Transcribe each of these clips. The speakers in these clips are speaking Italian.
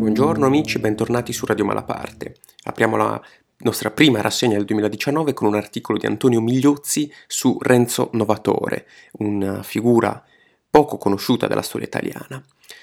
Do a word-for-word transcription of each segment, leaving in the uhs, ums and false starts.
Buongiorno amici, bentornati su Radio Malaparte. Apriamo la nostra prima rassegna del duemiladiciannove con un articolo di Antonio Migliozzi su Renzo Novatore, una figura poco conosciuta della storia italiana.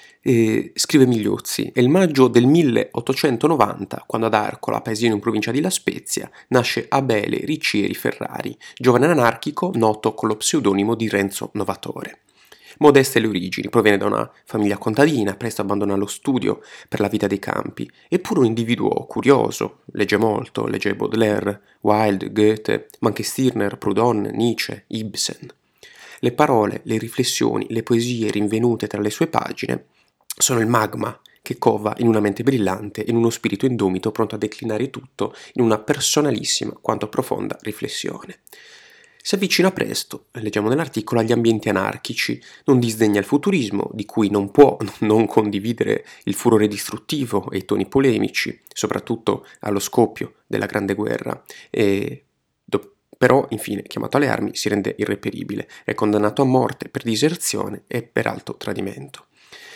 E scrive Migliozzi: è il maggio del milleottocentonovanta, quando ad Arcola, paesino in provincia di La Spezia, nasce Abele Riccieri Ferrari, giovane anarchico noto con lo pseudonimo di Renzo Novatore. Modeste le origini, proviene da una famiglia contadina, presto abbandona lo studio per la vita dei campi, eppure un individuo curioso, legge molto, legge Baudelaire, Wilde, Goethe, ma anche Stirner, Proudhon, Nietzsche, Ibsen. Le parole, le riflessioni, le poesie rinvenute tra le sue pagine sono il magma che cova in una mente brillante, in uno spirito indomito pronto a declinare tutto in una personalissima quanto profonda riflessione. Si avvicina presto, leggiamo nell'articolo, agli ambienti anarchici, non disdegna il futurismo, di cui non può non condividere il furore distruttivo e i toni polemici, soprattutto allo scoppio della Grande Guerra, e do- però, infine, chiamato alle armi, si rende irreperibile, è condannato a morte per diserzione e per alto tradimento.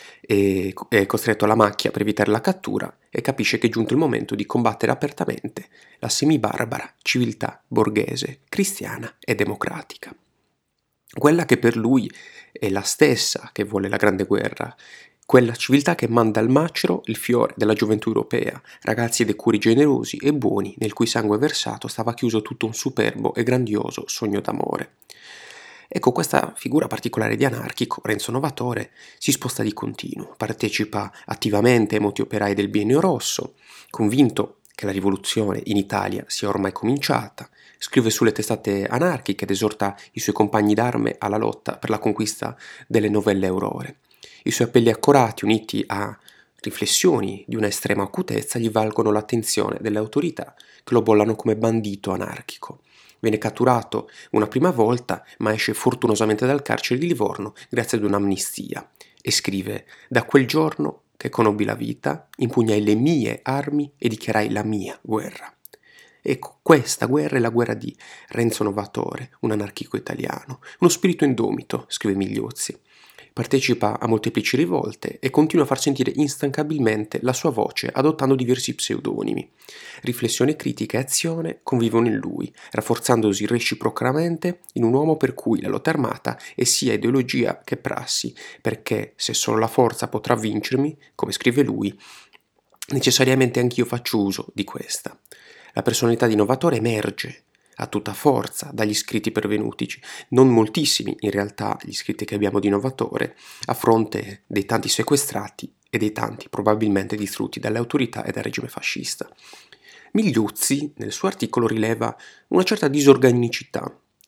E è costretto alla macchia per evitare la cattura e capisce che è giunto il momento di combattere apertamente la semibarbara civiltà borghese, cristiana e democratica. Quella che per lui è la stessa che vuole la Grande Guerra, quella civiltà che manda al macero il fiore della gioventù europea, ragazzi dei cuori generosi e buoni nel cui sangue versato stava chiuso tutto un superbo e grandioso sogno d'amore. Ecco, questa figura particolare di anarchico, Renzo Novatore, si sposta di continuo, partecipa attivamente ai moti operai del Biennio Rosso, convinto che la rivoluzione in Italia sia ormai cominciata, scrive sulle testate anarchiche ed esorta i suoi compagni d'arme alla lotta per la conquista delle novelle aurore. I suoi appelli accorati, uniti a riflessioni di una estrema acutezza, gli valgono l'attenzione delle autorità che lo bollano come bandito anarchico. Viene catturato una prima volta, ma esce fortunosamente dal carcere di Livorno grazie ad un'amnistia e scrive: da quel giorno che conobbi la vita, impugnai le mie armi e dichiarai la mia guerra. Ecco, questa guerra è la guerra di Renzo Novatore, un anarchico italiano, uno spirito indomito, scrive Migliozzi. Partecipa a molteplici rivolte e continua a far sentire instancabilmente la sua voce adottando diversi pseudonimi. Riflessione critica e azione convivono in lui, rafforzandosi reciprocamente in un uomo per cui la lotta armata è sia ideologia che prassi, perché se solo la forza potrà vincermi, come scrive lui, necessariamente anch'io faccio uso di questa. La personalità di Novatore emerge a tutta forza dagli scritti pervenutici, non moltissimi in realtà gli scritti che abbiamo di Novatore, a fronte dei tanti sequestrati e dei tanti probabilmente distrutti dalle autorità e dal regime fascista. Migliuzzi nel suo articolo rileva una certa disorganicità,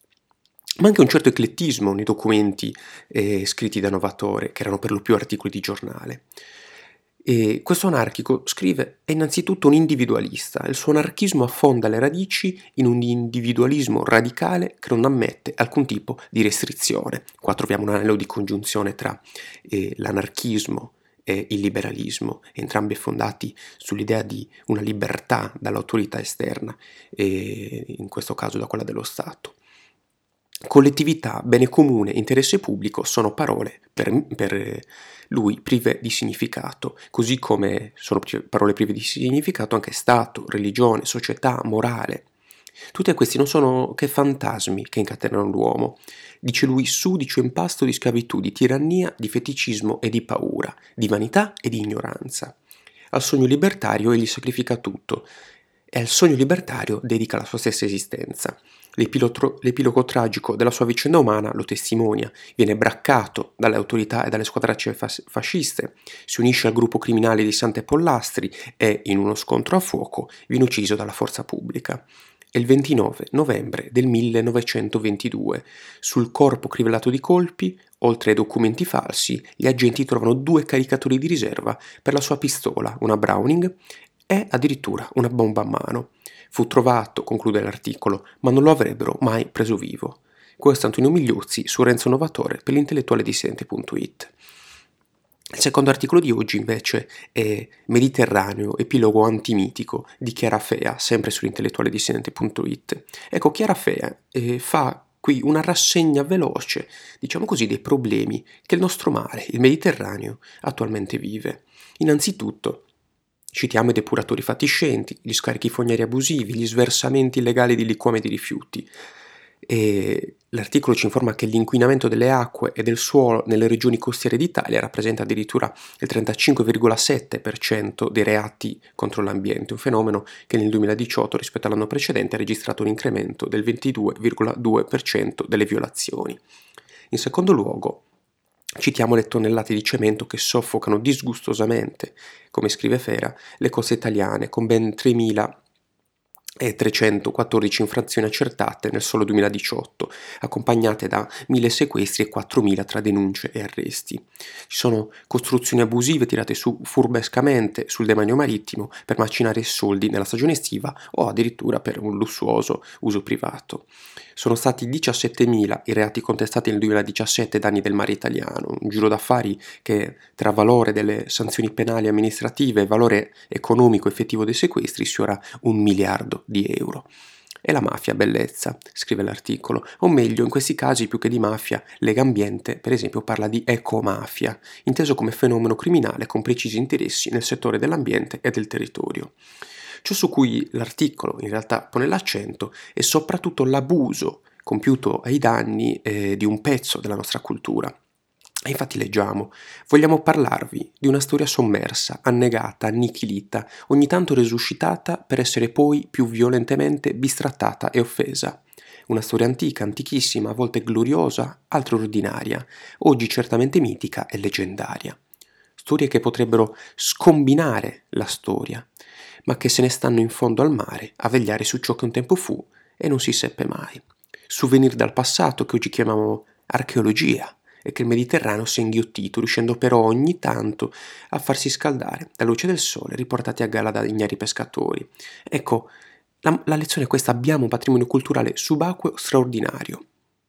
ma anche un certo eclettismo nei documenti eh, scritti da Novatore, che erano per lo più articoli di giornale. E questo anarchico, scrive, è innanzitutto un individualista. Il suo anarchismo affonda le radici in un individualismo radicale che non ammette alcun tipo di restrizione. Qua troviamo un anello di congiunzione tra eh, l'anarchismo e il liberalismo, entrambi fondati sull'idea di una libertà dall'autorità esterna, e in questo caso da quella dello Stato. Collettività, bene comune, interesse pubblico sono parole per, per lui prive di significato, così come sono parole prive di significato anche Stato, religione, società, morale. Tutti questi non sono che fantasmi che incatenano l'uomo. Dice lui, sudicio impasto di schiavitù, di tirannia, di feticismo e di paura, di vanità e di ignoranza. Al sogno libertario egli sacrifica tutto e al sogno libertario dedica la sua stessa esistenza. L'epilogo, l'epilogo tragico della sua vicenda umana lo testimonia, viene braccato dalle autorità e dalle squadracce fas- fasciste, si unisce al gruppo criminale di Sante Pollastri e, in uno scontro a fuoco, viene ucciso dalla forza pubblica. È il ventinove novembre del millenovecentoventidue. Sul corpo crivellato di colpi, oltre ai documenti falsi, gli agenti trovano due caricatori di riserva per la sua pistola, una Browning e addirittura una bomba a mano. Fu trovato, conclude l'articolo, ma non lo avrebbero mai preso vivo. Questo è Antonio Migliozzi su Renzo Novatore per l'intellettuale dissidente punto it. Il secondo articolo di oggi invece è Mediterraneo, epilogo antimitico di Chiara Fea, sempre sull'intellettuale dissidente punto it. Ecco, Chiara Fea eh, fa qui una rassegna veloce, diciamo così, dei problemi che il nostro mare, il Mediterraneo, attualmente vive. Innanzitutto, Citiamo i depuratori fatiscenti, gli scarichi fognieri abusivi, gli sversamenti illegali di liquame di rifiuti. E l'articolo ci informa che l'inquinamento delle acque e del suolo nelle regioni costiere d'Italia rappresenta addirittura il trentacinque virgola sette per cento dei reati contro l'ambiente, un fenomeno che nel duemiladiciotto rispetto all'anno precedente ha registrato un incremento del ventidue virgola due per cento delle violazioni. In secondo luogo, citiamo le tonnellate di cemento che soffocano disgustosamente, come scrive Fera, le coste italiane, con ben tremilatrecentoquattordici infrazioni accertate nel solo duemiladiciotto, accompagnate da mille sequestri e quattromila tra denunce e arresti. Ci sono costruzioni abusive tirate su furbescamente sul demanio marittimo per macinare soldi nella stagione estiva o addirittura per un lussuoso uso privato. Sono stati diciassettemila i reati contestati nel duemiladiciassette danni del mare italiano, un giro d'affari che tra valore delle sanzioni penali e amministrative e valore economico effettivo dei sequestri sfiora un miliardo di euro. E la mafia bellezza, scrive l'articolo, o meglio in questi casi più che di mafia, Legambiente per esempio parla di ecomafia, inteso come fenomeno criminale con precisi interessi nel settore dell'ambiente e del territorio. Ciò su cui l'articolo in realtà pone l'accento è soprattutto l'abuso compiuto ai danni eh, di un pezzo della nostra cultura. E infatti leggiamo: vogliamo parlarvi di una storia sommersa, annegata, annichilita, ogni tanto resuscitata per essere poi più violentemente bistrattata e offesa. Una storia antica, antichissima, a volte gloriosa, altre ordinaria, oggi certamente mitica e leggendaria. Storie che potrebbero scombinare la storia, ma che se ne stanno in fondo al mare a vegliare su ciò che un tempo fu e non si seppe mai. Souvenir dal passato che oggi chiamiamo archeologia e che il Mediterraneo si è inghiottito, riuscendo però ogni tanto a farsi scaldare dalla luce del sole, riportati a galla da ignari pescatori. Ecco, la, la lezione è questa: abbiamo un patrimonio culturale subacqueo straordinario.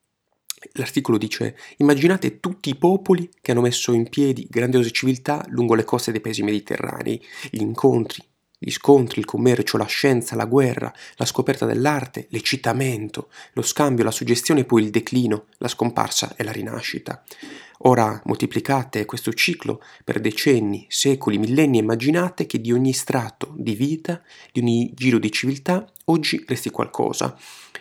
L'articolo dice: immaginate tutti i popoli che hanno messo in piedi grandiose civiltà lungo le coste dei paesi mediterranei, gli incontri, gli scontri, il commercio, la scienza, la guerra, la scoperta dell'arte, l'eccitamento, lo scambio, la suggestione e poi il declino, la scomparsa e la rinascita. Ora moltiplicate questo ciclo per decenni, secoli, millenni e immaginate che di ogni strato di vita, di ogni giro di civiltà, oggi resti qualcosa,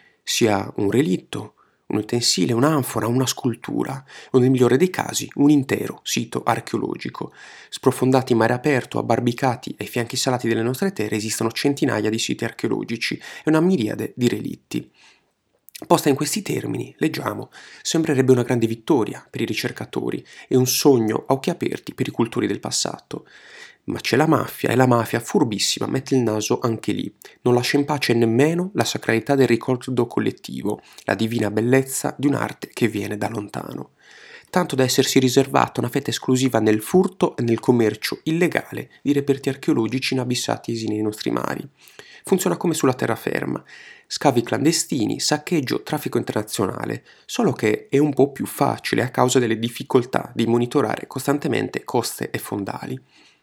sia un relitto, un utensile, un'anfora, una scultura, o nel migliore dei casi un intero sito archeologico. Sprofondati in mare aperto, abbarbicati ai fianchi salati delle nostre terre, esistono centinaia di siti archeologici e una miriade di relitti. Posta in questi termini, leggiamo, sembrerebbe una grande vittoria per i ricercatori e un sogno a occhi aperti per i cultori del passato. Ma c'è la mafia e la mafia, furbissima, mette il naso anche lì. Non lascia in pace nemmeno la sacralità del ricordo collettivo, la divina bellezza di un'arte che viene da lontano. Tanto da essersi riservata una fetta esclusiva nel furto e nel commercio illegale di reperti archeologici inabissati nei nostri mari. Funziona come sulla terraferma: scavi clandestini, saccheggio, traffico internazionale, solo che è un po' più facile a causa delle difficoltà di monitorare costantemente coste e fondali.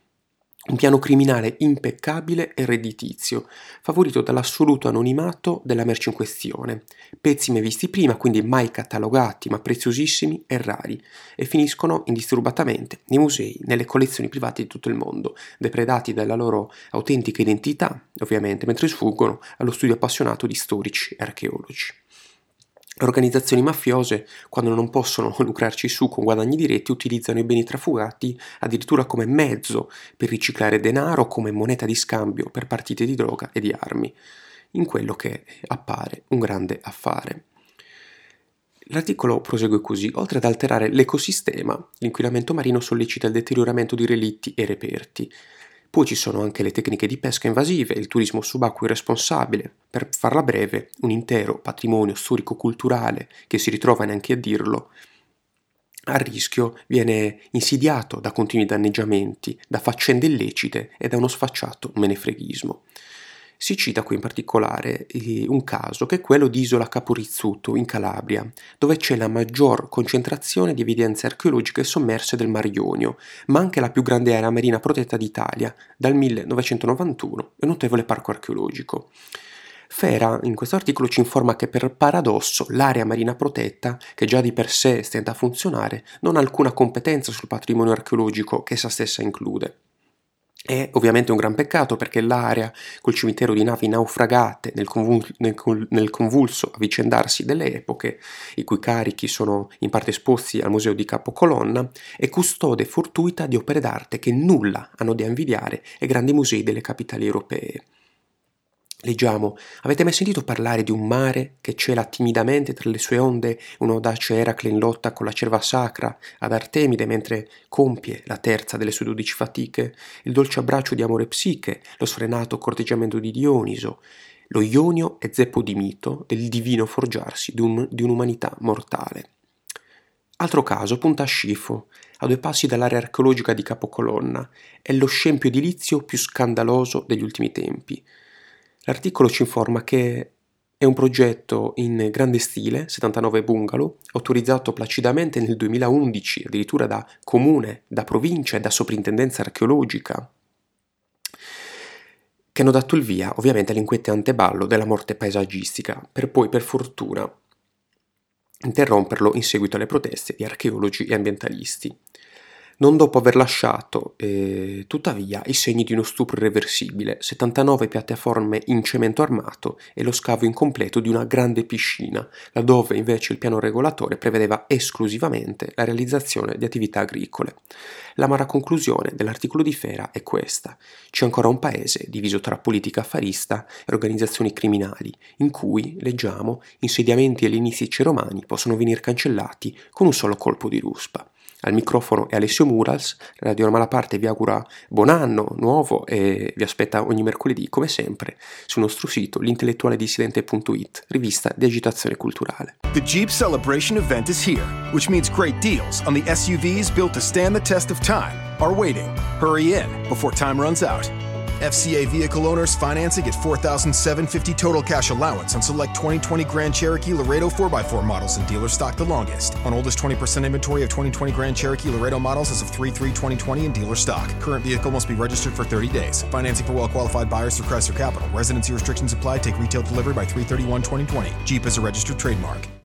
Un piano criminale impeccabile e redditizio, favorito dall'assoluto anonimato della merce in questione. Pezzi mai visti prima, quindi mai catalogati, ma preziosissimi e rari, e finiscono indisturbatamente nei musei, nelle collezioni private di tutto il mondo, depredati dalla loro autentica identità, ovviamente, mentre sfuggono allo studio appassionato di storici e archeologi. Organizzazioni mafiose, quando non possono lucrarci su con guadagni diretti, utilizzano i beni trafugati addirittura come mezzo per riciclare denaro, come moneta di scambio per partite di droga e di armi, in quello che appare un grande affare. L'articolo prosegue così: oltre ad alterare l'ecosistema, l'inquinamento marino sollecita il deterioramento di relitti e reperti. Poi ci sono anche le tecniche di pesca invasive, il turismo subacqueo irresponsabile, per farla breve, un intero patrimonio storico-culturale che si ritrova, neanche a dirlo, a rischio, viene insidiato da continui danneggiamenti, da faccende illecite e da uno sfacciato menefreghismo. Si cita qui in particolare eh, un caso che è quello di Isola Caporizzuto in Calabria, dove c'è la maggior concentrazione di evidenze archeologiche sommerse del Mar Ionio, ma anche la più grande area marina protetta d'Italia, dal millenovecentonovantuno, e un notevole parco archeologico. Fera in questo articolo ci informa che per paradosso l'area marina protetta, che già di per sé stenta a funzionare, non ha alcuna competenza sul patrimonio archeologico che essa stessa include. È ovviamente un gran peccato perché l'area col cimitero di navi naufragate nel, convul- nel, nel convulso avvicendarsi delle epoche, i cui carichi sono in parte esposti al Museo di Capocolonna, è custode fortuita di opere d'arte che nulla hanno da invidiare ai grandi musei delle capitali europee. Leggiamo: avete mai sentito parlare di un mare che cela timidamente tra le sue onde un audace Eracle in lotta con la cerva sacra ad Artemide mentre compie la terza delle sue dodici fatiche, il dolce abbraccio di amore Psiche, lo sfrenato corteggiamento di Dioniso, lo Ionio e zeppo di mito del divino forgiarsi di, un, di un'umanità mortale. Altro caso, Punta Scifo, a due passi dall'area archeologica di Capocolonna, è lo scempio edilizio più scandaloso degli ultimi tempi. L'articolo ci informa che è un progetto in grande stile, settantanove bungalow, autorizzato placidamente nel duemilaundici, addirittura da comune, da provincia e da soprintendenza archeologica, che hanno dato il via ovviamente all'inquietante ballo della morte paesaggistica, per poi, per fortuna, interromperlo in seguito alle proteste di archeologi e ambientalisti. Non dopo aver lasciato, eh, tuttavia, i segni di uno stupro irreversibile, settantanove piattaforme in cemento armato e lo scavo incompleto di una grande piscina, laddove invece il piano regolatore prevedeva esclusivamente la realizzazione di attività agricole. L'amara conclusione dell'articolo di Fera è questa: c'è ancora un paese diviso tra politica affarista e organizzazioni criminali, in cui, leggiamo, insediamenti ellenistici romani possono venire cancellati con un solo colpo di ruspa. Al microfono è Alessio Murals, Radio La Malaparte vi augura buon anno nuovo e vi aspetta ogni mercoledì, come sempre, sul nostro sito l'intellettualedissidente punto it, rivista di agitazione culturale. The Jeep Celebration event is here, which means great deals on the S U Vs built to stand the test of time are waiting. Hurry in before time runs out. F C A vehicle owners financing at four thousand seven hundred fifty dollars total cash allowance on select twenty twenty Grand Cherokee Laredo four by four models in dealer stock the longest. On oldest twenty percent inventory of twenty twenty Grand Cherokee Laredo models as of three three twenty twenty in dealer stock. Current vehicle must be registered for thirty days. Financing for well-qualified buyers through Chrysler Capital. Residency restrictions apply. Take retail delivery by three thirty-one twenty twenty. Jeep is a registered trademark.